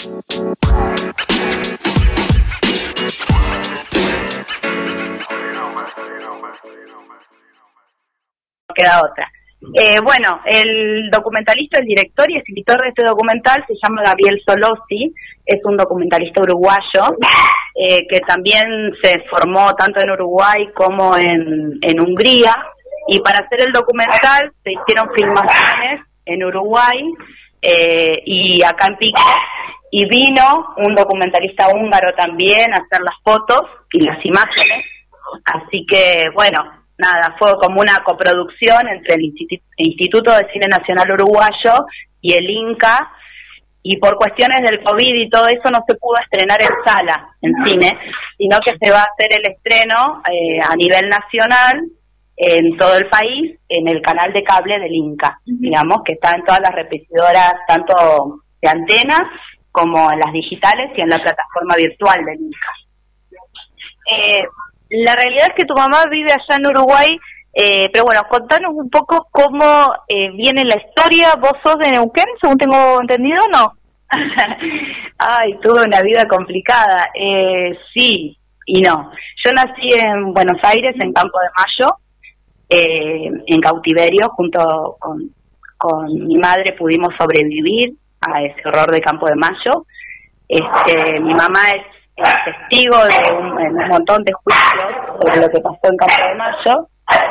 Queda otra. Bueno, el documentalista, el director y escritor de este documental se llama Gabriel Solozzi, es un documentalista uruguayo que también se formó tanto en Uruguay como en Hungría, y para hacer el documental se hicieron filmaciones en Uruguay y acá en Pico, y vino un documentalista húngaro también a hacer las fotos y las imágenes, así que bueno, nada, fue como una coproducción entre el Instituto de Cine Nacional Uruguayo y el INCA, y por cuestiones del COVID y todo eso no se pudo estrenar en sala, en cine, sino que se va a hacer el estreno a nivel nacional, en todo el país, en el canal de cable del INCA, digamos, que está en todas las repetidoras, tanto de antenas como en las digitales y en la plataforma virtual del INCA. La realidad es que tu mamá vive allá en Uruguay, pero bueno, contanos un poco cómo viene la historia. ¿Vos sos de Neuquén, según tengo entendido, o no? Ay, tuve una vida complicada. Sí y no. Yo nací en Buenos Aires, en Campo de Mayo, en cautiverio, junto con mi madre pudimos sobrevivir a ese horror de Campo de Mayo. Mi mamá es testigo de un montón de juicios sobre lo que pasó en Campo de Mayo.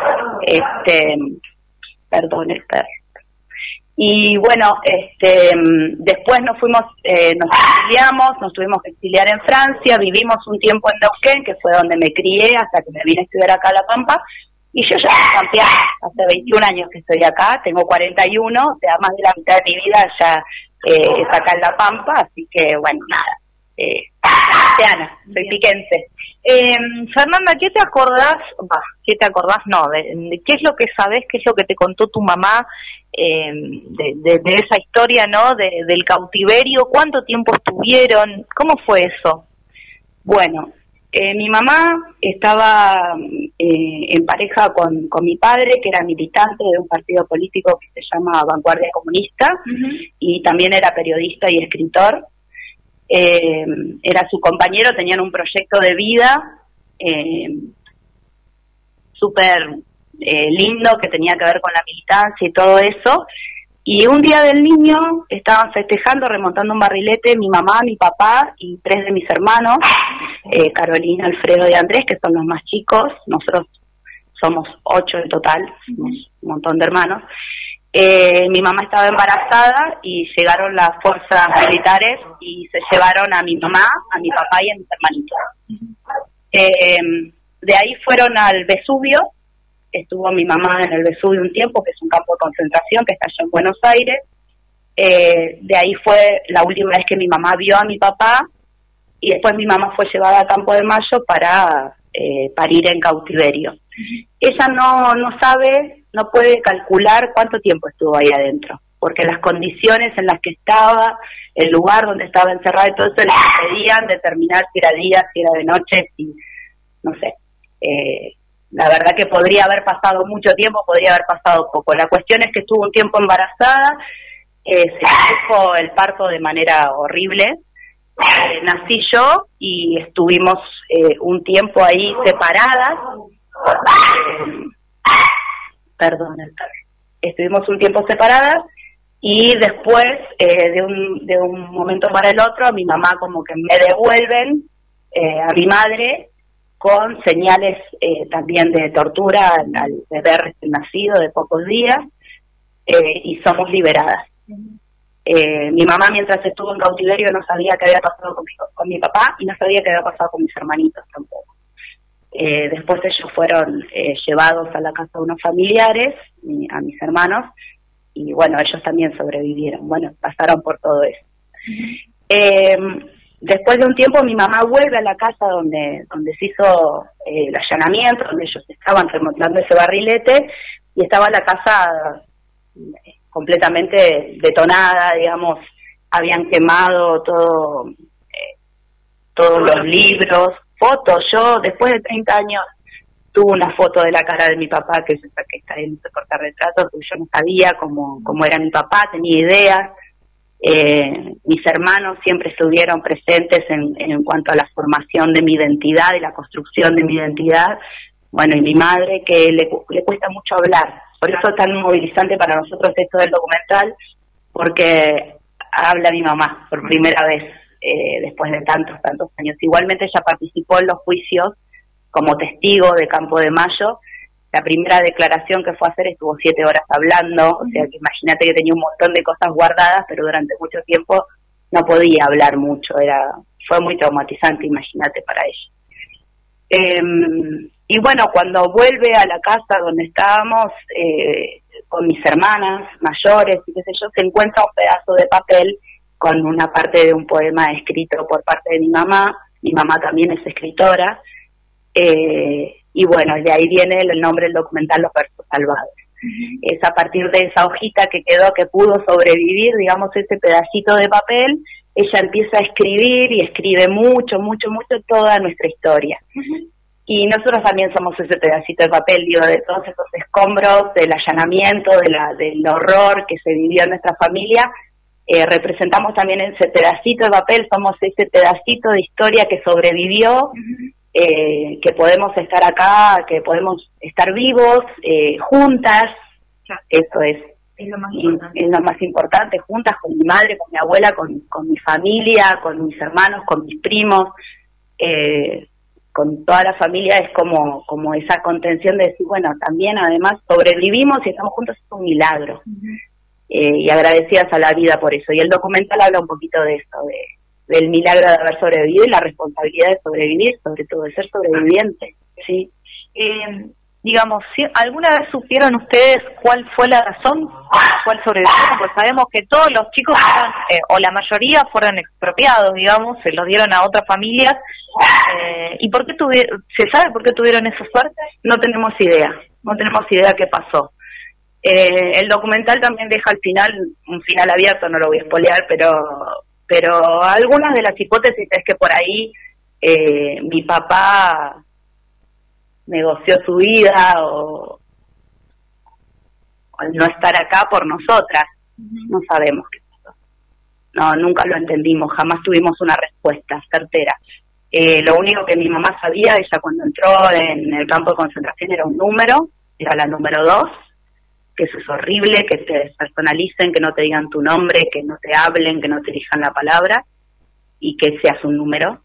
Perdón, el perro. Y bueno, después nos exiliamos, nos tuvimos que exiliar en Francia, vivimos un tiempo en Neuquén, que fue donde me crié hasta que me vine a estudiar acá a La Pampa, y yo ya soy campeana, hace 21 años que estoy acá, tengo 41, o sea, más de la mitad de mi vida ya es acá en La Pampa, así que bueno, nada. Cristiana, soy piquense. Fernanda, ¿qué te acordás? ¿Qué te acordás? No, de qué es lo que sabés, qué es lo que te contó tu mamá de esa historia, ¿no? Del cautiverio. ¿Cuánto tiempo estuvieron? ¿Cómo fue eso? Bueno, mi mamá estaba en pareja con mi padre, que era militante de un partido político que se llama Vanguardia Comunista, y también era periodista y escritor. Era su compañero, tenían un proyecto de vida súper lindo que tenía que ver con la militancia y todo eso, y un día del niño estaban festejando, remontando un barrilete, mi mamá, mi papá y 3 de mis hermanos, Carolina, Alfredo y Andrés, que son los más chicos, nosotros somos 8 en total, somos un montón de hermanos. Mi mamá estaba embarazada y llegaron las fuerzas militares y se llevaron a mi mamá, a mi papá y a mis hermanitos. De ahí fueron al Vesubio, estuvo mi mamá en el Vesubio un tiempo, que es un campo de concentración que está allá en Buenos Aires. De ahí fue la última vez que mi mamá vio a mi papá, y después mi mamá fue llevada a Campo de Mayo para parir en cautiverio. Ella no sabe, no puede calcular cuánto tiempo estuvo ahí adentro, porque las condiciones en las que estaba, el lugar donde estaba encerrada y todo eso, le impedían determinar si era día, si era de noche, si no sé. La verdad que podría haber pasado mucho tiempo, podría haber pasado poco. La cuestión es que estuvo un tiempo embarazada, se produjo el parto de manera horrible. Nací yo y estuvimos un tiempo ahí separadas. Estuvimos un tiempo separadas, y después de un momento para el otro mi mamá como que me devuelven a mi madre con señales también de tortura al bebé recién nacido de pocos días, y somos liberadas. Mi mamá, mientras estuvo en cautiverio, no sabía qué había pasado con mi papá, y no sabía qué había pasado con mis hermanitos tampoco. Después ellos fueron llevados a la casa de unos familiares, a mis hermanos, y bueno, ellos también sobrevivieron. Bueno, pasaron por todo eso. Después de un tiempo mi mamá vuelve a la casa donde se hizo el allanamiento, donde ellos estaban remontando ese barrilete, y estaba la casa completamente detonada, digamos, habían quemado todos los libros, fotos. Yo, después de 30 años, tuve una foto de la cara de mi papá que yo saqué, está en ese portarretrato, porque yo no sabía cómo era mi papá, tenía ideas, Mis hermanos siempre estuvieron presentes en cuanto a la formación de mi identidad y la construcción de mi identidad. Bueno, y mi madre, que le cuesta mucho hablar. Por eso es tan movilizante para nosotros esto del documental, porque habla mi mamá por primera vez después de tantos años. Igualmente ella participó en los juicios como testigo de Campo de Mayo. La primera declaración que fue a hacer estuvo 7 horas hablando, o sea que imagínate que tenía un montón de cosas guardadas, pero durante mucho tiempo no podía hablar mucho, fue muy traumatizante, imagínate, para ella. Y bueno, cuando vuelve a la casa donde estábamos, con mis hermanas mayores y qué sé yo, se encuentra un pedazo de papel con una parte de un poema escrito por parte de mi mamá también es escritora, y bueno, de ahí viene el nombre del documental, Los Versos Salvados. Es a partir de esa hojita que quedó, que pudo sobrevivir, digamos, ese pedacito de papel, ella empieza a escribir y escribe mucho toda nuestra historia. Y nosotros también somos ese pedacito de papel, digo, de todos esos escombros, del allanamiento, del horror que se vivió en nuestra familia. Representamos también ese pedacito de papel, somos ese pedacito de historia que sobrevivió, que podemos estar acá, que podemos estar vivos, juntas. Eso es lo más importante, juntas con mi madre, con mi abuela, con mi familia, con mis hermanos, con mis primos, con toda la familia. Es como esa contención de decir, bueno, también además sobrevivimos y estamos juntos, es un milagro. Y agradecidas a la vida por eso. Y el documental habla un poquito de eso, del milagro de haber sobrevivido y la responsabilidad de sobrevivir, sobre todo de ser sobreviviente, ¿sí? Digamos, ¿alguna vez supieron ustedes cuál fue la razón por la cual sobrevivieron? Pues sabemos que todos los chicos fueron, o la mayoría fueron expropiados, digamos, se los dieron a otras familias. ¿Y por qué se sabe por qué tuvieron esa suerte? No tenemos idea qué pasó. El documental también deja al final un final abierto, no lo voy a spoilear, pero algunas de las hipótesis es que por ahí mi papá negoció su vida o al no estar acá por nosotras. No sabemos qué pasó. No, nunca lo entendimos, jamás tuvimos una respuesta certera. Lo único que mi mamá sabía, ella cuando entró en el campo de concentración, era un número, era la número 2, que eso es horrible, que te despersonalicen, que no te digan tu nombre, que no te hablen, que no te elijan la palabra, y que seas un número.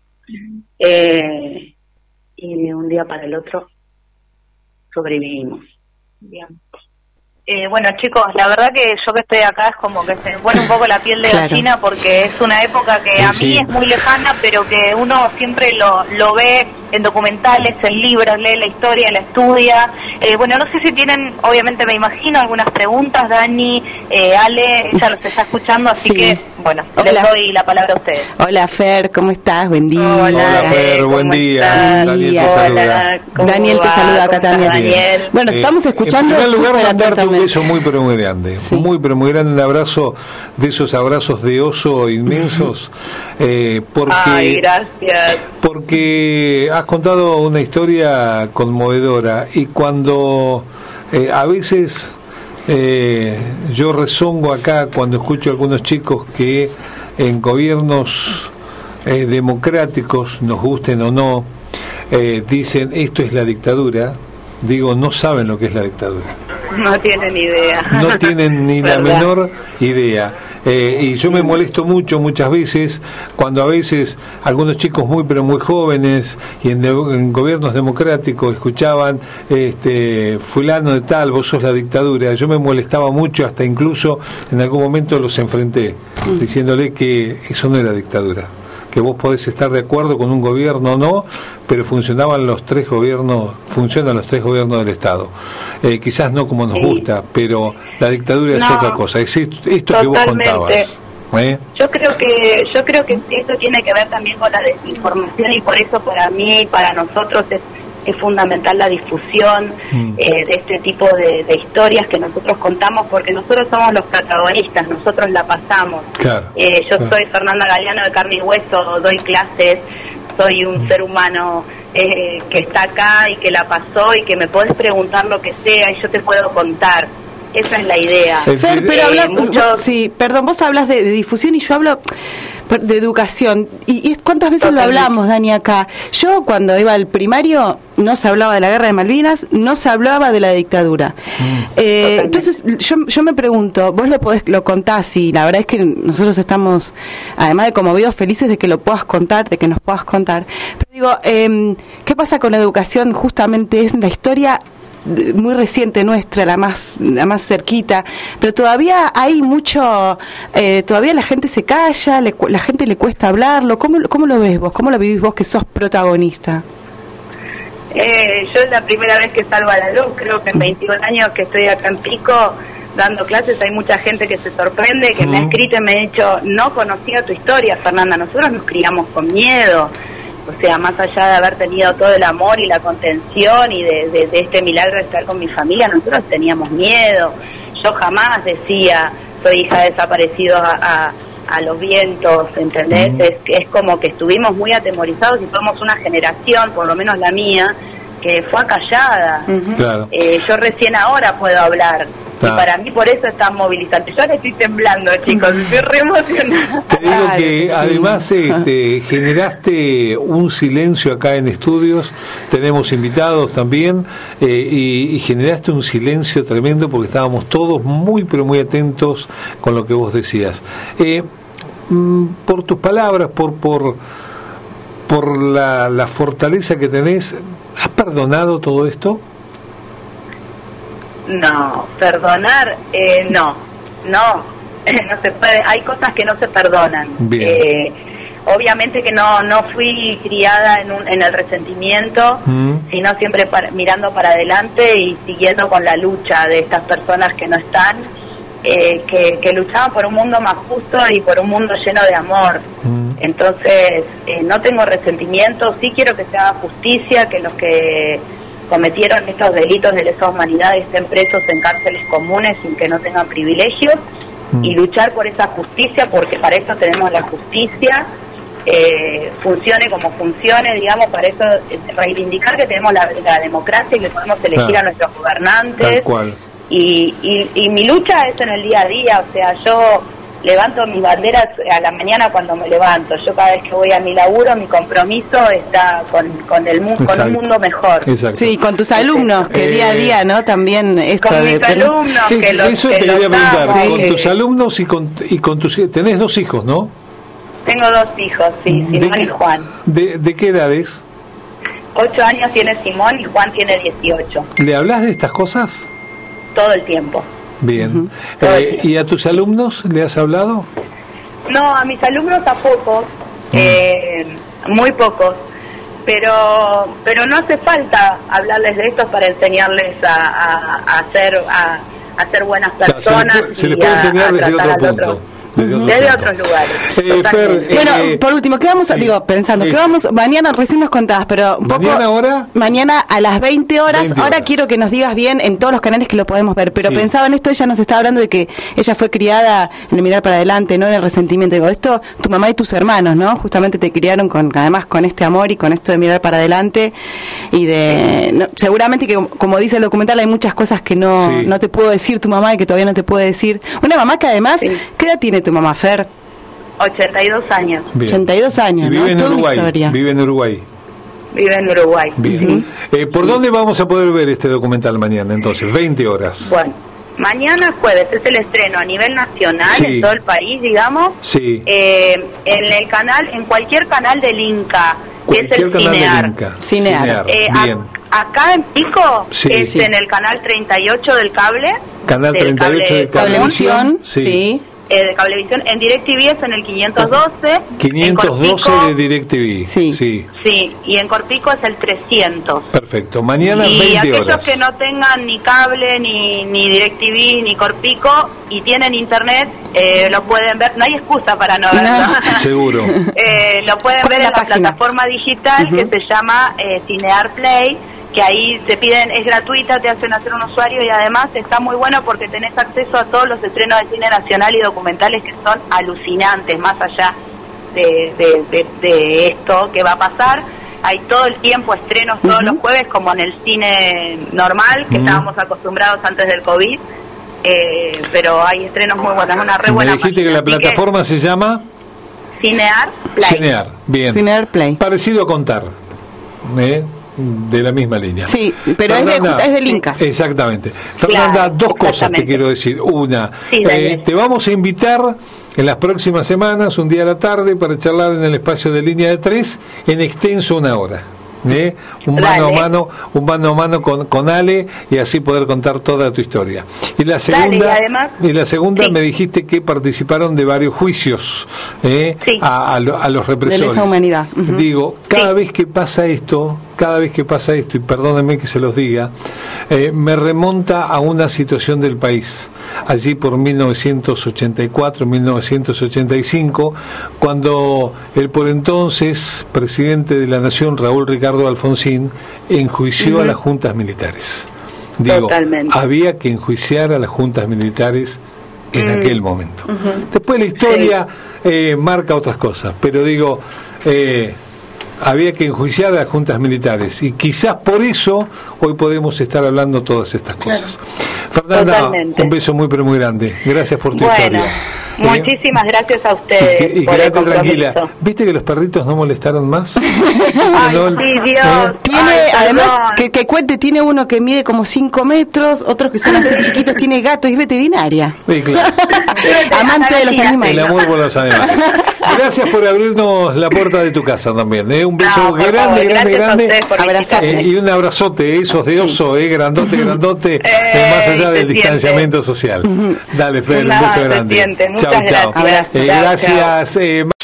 Y de un día para el otro sobrevivimos. Bien. Bueno, chicos, la verdad que yo que estoy acá es como que se me pone un poco la piel de gallina, porque es una época que a mí es muy lejana, pero que uno siempre lo ve en documentales, en libros, lee la historia, la estudia. Bueno, no sé si tienen, obviamente me imagino, algunas preguntas, Dani, Ale, ella los está escuchando, así que, bueno, les doy la palabra a ustedes. Hola, Fer, ¿cómo estás? Buen día. Hola, Fer, buen día. Daniel te saluda. Daniel te saluda acá también. Daniel. Bueno, estamos escuchando. En primer lugar, mandarte un beso muy pero muy grande, muy pero muy grande, un abrazo, de esos abrazos de oso inmensos, porque, ay, gracias. Porque has contado una historia conmovedora, y cuando a veces yo rezongo acá cuando escucho a algunos chicos que en gobiernos democráticos, nos gusten o no, dicen esto es la dictadura, digo, no saben lo que es la dictadura. No tienen idea. No tienen ni la menor idea. Y yo me molesto muchas veces cuando a veces algunos chicos muy pero muy jóvenes y en gobiernos democráticos escuchaban fulano de tal, vos sos la dictadura. Yo me molestaba mucho, hasta incluso en algún momento los enfrenté diciéndole que eso no era dictadura, que vos podés estar de acuerdo con un gobierno o no, pero funcionan los tres gobiernos del Estado. Quizás no como nos gusta, pero la dictadura es otra cosa. Es esto que vos contabas. Yo creo que esto tiene que ver también con la desinformación, y por eso para mí, para nosotros es fundamental la difusión de este tipo de historias que nosotros contamos, porque nosotros somos los protagonistas, nosotros la pasamos. Yo soy Fernanda Galeano, de carne y hueso, doy clases, soy un ser humano que está acá y que la pasó, y que me podés preguntar lo que sea y yo te puedo contar. Esa es la idea. Fer, pero sí, perdón, vos hablas de difusión y yo hablo de educación. ¿Y cuántas veces lo hablamos, Dani, acá? Yo cuando iba al primario no se hablaba de la guerra de Malvinas, no se hablaba de la dictadura. Entonces yo me pregunto, vos lo contás y la verdad es que nosotros estamos, además de conmovidos, felices de que lo puedas contar, de que nos puedas contar. Pero digo, ¿qué pasa con la educación? Justamente es la historia muy reciente nuestra, la más cerquita, pero todavía hay mucho, todavía la gente se calla, la gente le cuesta hablarlo. ¿Cómo lo ves vos? ¿Cómo lo vivís vos que sos protagonista? Yo es la primera vez que salgo a la luz, creo que en 21 años que estoy acá en Pico dando clases, hay mucha gente que se sorprende, que me ha escrito y me ha dicho, no conocía tu historia, Fernanda, nosotros nos criamos con miedo. O sea, más allá de haber tenido todo el amor y la contención y de este milagro de estar con mi familia, nosotros teníamos miedo. Yo jamás decía, soy hija de desaparecidos a los vientos, ¿entendés? Es como que estuvimos muy atemorizados y somos una generación, por lo menos la mía, que fue acallada. Claro. Yo recién ahora puedo hablar. Y para mí por eso es tan movilizante. Yo ahora estoy temblando, chicos, estoy re emocionada. Te digo que además generaste un silencio acá en estudios, tenemos invitados también, y generaste un silencio tremendo porque estábamos todos muy pero muy atentos con lo que vos decías. Por tus palabras, por la fortaleza que tenés, ¿has perdonado todo esto? No, perdonar, no se puede, hay cosas que no se perdonan. Obviamente que no fui criada en el resentimiento, sino siempre mirando para adelante y siguiendo con la lucha de estas personas que no están, que luchaban por un mundo más justo y por un mundo lleno de amor. Entonces, no tengo resentimiento, sí quiero que se haga justicia, que los que cometieron estos delitos de lesa humanidad estén presos en cárceles comunes sin que no tengan privilegios, y luchar por esa justicia, porque para eso tenemos la justicia, funcione como funcione, digamos, para eso reivindicar que tenemos la democracia y que podemos elegir a nuestros gobernantes. Tal cual. Y mi lucha es en el día a día, o sea, yo levanto mis banderas a la mañana cuando me levanto. Yo cada vez que voy a mi laburo, mi compromiso está con el mundo, con un mundo mejor. Exacto. Sí, con tus alumnos, que día a día, ¿no? También esto con mis alumnos, que los eso te quería preguntar, con tus alumnos y con tus... Tenés 2 hijos, ¿no? Tengo 2 hijos, sí, Simón y Juan. ¿De qué edades? 8 años tiene Simón y Juan tiene 18. ¿Le hablas de estas cosas? Todo el tiempo. Bien. ¿Y a tus alumnos le has hablado? No, a mis alumnos a pocos, muy pocos, pero no hace falta hablarles de esto para enseñarles a ser buenas personas. Claro, se les puede enseñar desde otro punto. Desde otros lugares. Bueno, por último, ¿qué vamos a, pensando, ¿qué vamos, mañana recién nos contabas, pero un poco, mañana a las 20 horas, ahora quiero que nos digas bien en todos los canales que lo podemos ver, pero pensaba en esto, ella nos estaba hablando de que ella fue criada en el mirar para adelante, no en el resentimiento, digo, esto, tu mamá y tus hermanos, ¿no? Justamente te criaron además con este amor y con esto de mirar para adelante, y seguramente que, como dice el documental, hay muchas cosas que no te puedo decir tu mamá y que todavía no te puede decir. Una mamá que además, ¿qué edad tiene tu mamá, Fer? 82 años. Bien. 82 años, vive en Uruguay. Vive en Uruguay. Vive en Uruguay. Bien. ¿Por dónde vamos a poder ver este documental mañana, entonces? 20 horas. Bueno, mañana jueves es el estreno a nivel nacional, en todo el país, digamos. Sí. En el canal, en cualquier canal del Inca, que es el Cinear. Bien. Acá en Pico es en el canal 38 del cable. Canal 38 de Cablevisión. Sí. De Cablevisión. En DirecTV es en el 512. 512 de DirecTV. Sí, y en Corpico es el 300. Perfecto. Mañana y 20 aquellos horas. que no tengan ni cable, ni DirecTV, ni Corpico, y tienen internet, lo pueden ver. No hay excusa para no verlo. Seguro. Lo pueden ver en la plataforma digital que se llama Cinear Play, que ahí te piden, es gratuita, te hacen hacer un usuario, y además está muy bueno porque tenés acceso a todos los estrenos de cine nacional y documentales que son alucinantes, más allá de esto que va a pasar. Hay todo el tiempo estrenos todos los jueves, como en el cine normal, que estábamos acostumbrados antes del COVID. pero hay estrenos muy buenos, una re buena. Me dijiste que la plataforma se llama Cinear Play. Cinear, bien. Cinear Play. Parecido a Contar, de la misma línea. Sí, pero Fernanda, es del Inca. Exactamente. Fernanda, Claro, dos cosas exactamente. te quiero decir. Una, Sí, te vamos a invitar en las próximas semanas, un día a la tarde, para charlar en el espacio de Línea de 3, en extenso 1 hora. Un mano a mano con Ale, y así poder contar toda tu historia. Y la segunda, sí. Me dijiste que participaron de varios juicios sí. a los represores. De lesa humanidad. Digo, cada vez que pasa esto, y perdónenme que se los diga, me remonta a una situación del país, allí por 1984, 1985, cuando el por entonces presidente de la Nación, Raúl Ricardo Alfonsín, enjuició a las juntas militares. Digo, Totalmente. había que enjuiciar a las juntas militares en aquel momento. Después la historia marca otras cosas, pero digo, había que enjuiciar a las juntas militares, y quizás por eso hoy podemos estar hablando todas estas cosas. Fernanda, Totalmente. un beso muy pero muy grande. Gracias por tu historia. Muchísimas gracias a ustedes. Y por el quédate tranquila. compromiso. ¿Viste que los perritos no molestaron más? Ay, sí, Dios. Tiene, Ay, además, perdón. que cuente, tiene uno que mide como 5 metros, otros que son así chiquitos, tiene gatos, y es veterinaria. Sí, claro. Amante de los El animales. amor por los animales. Gracias por abrirnos la puerta de tu casa también. Un beso por grande, favor, grande, gracias a grande. ustedes por Abrazate. Y un abrazote, esos de oso, grandote, grandote, más allá del se distanciamiento social. Dale, Fer, un No, beso se grande. siente. Muchas Chau, chau. gracias. Abrazo. Chau, chau. Gracias.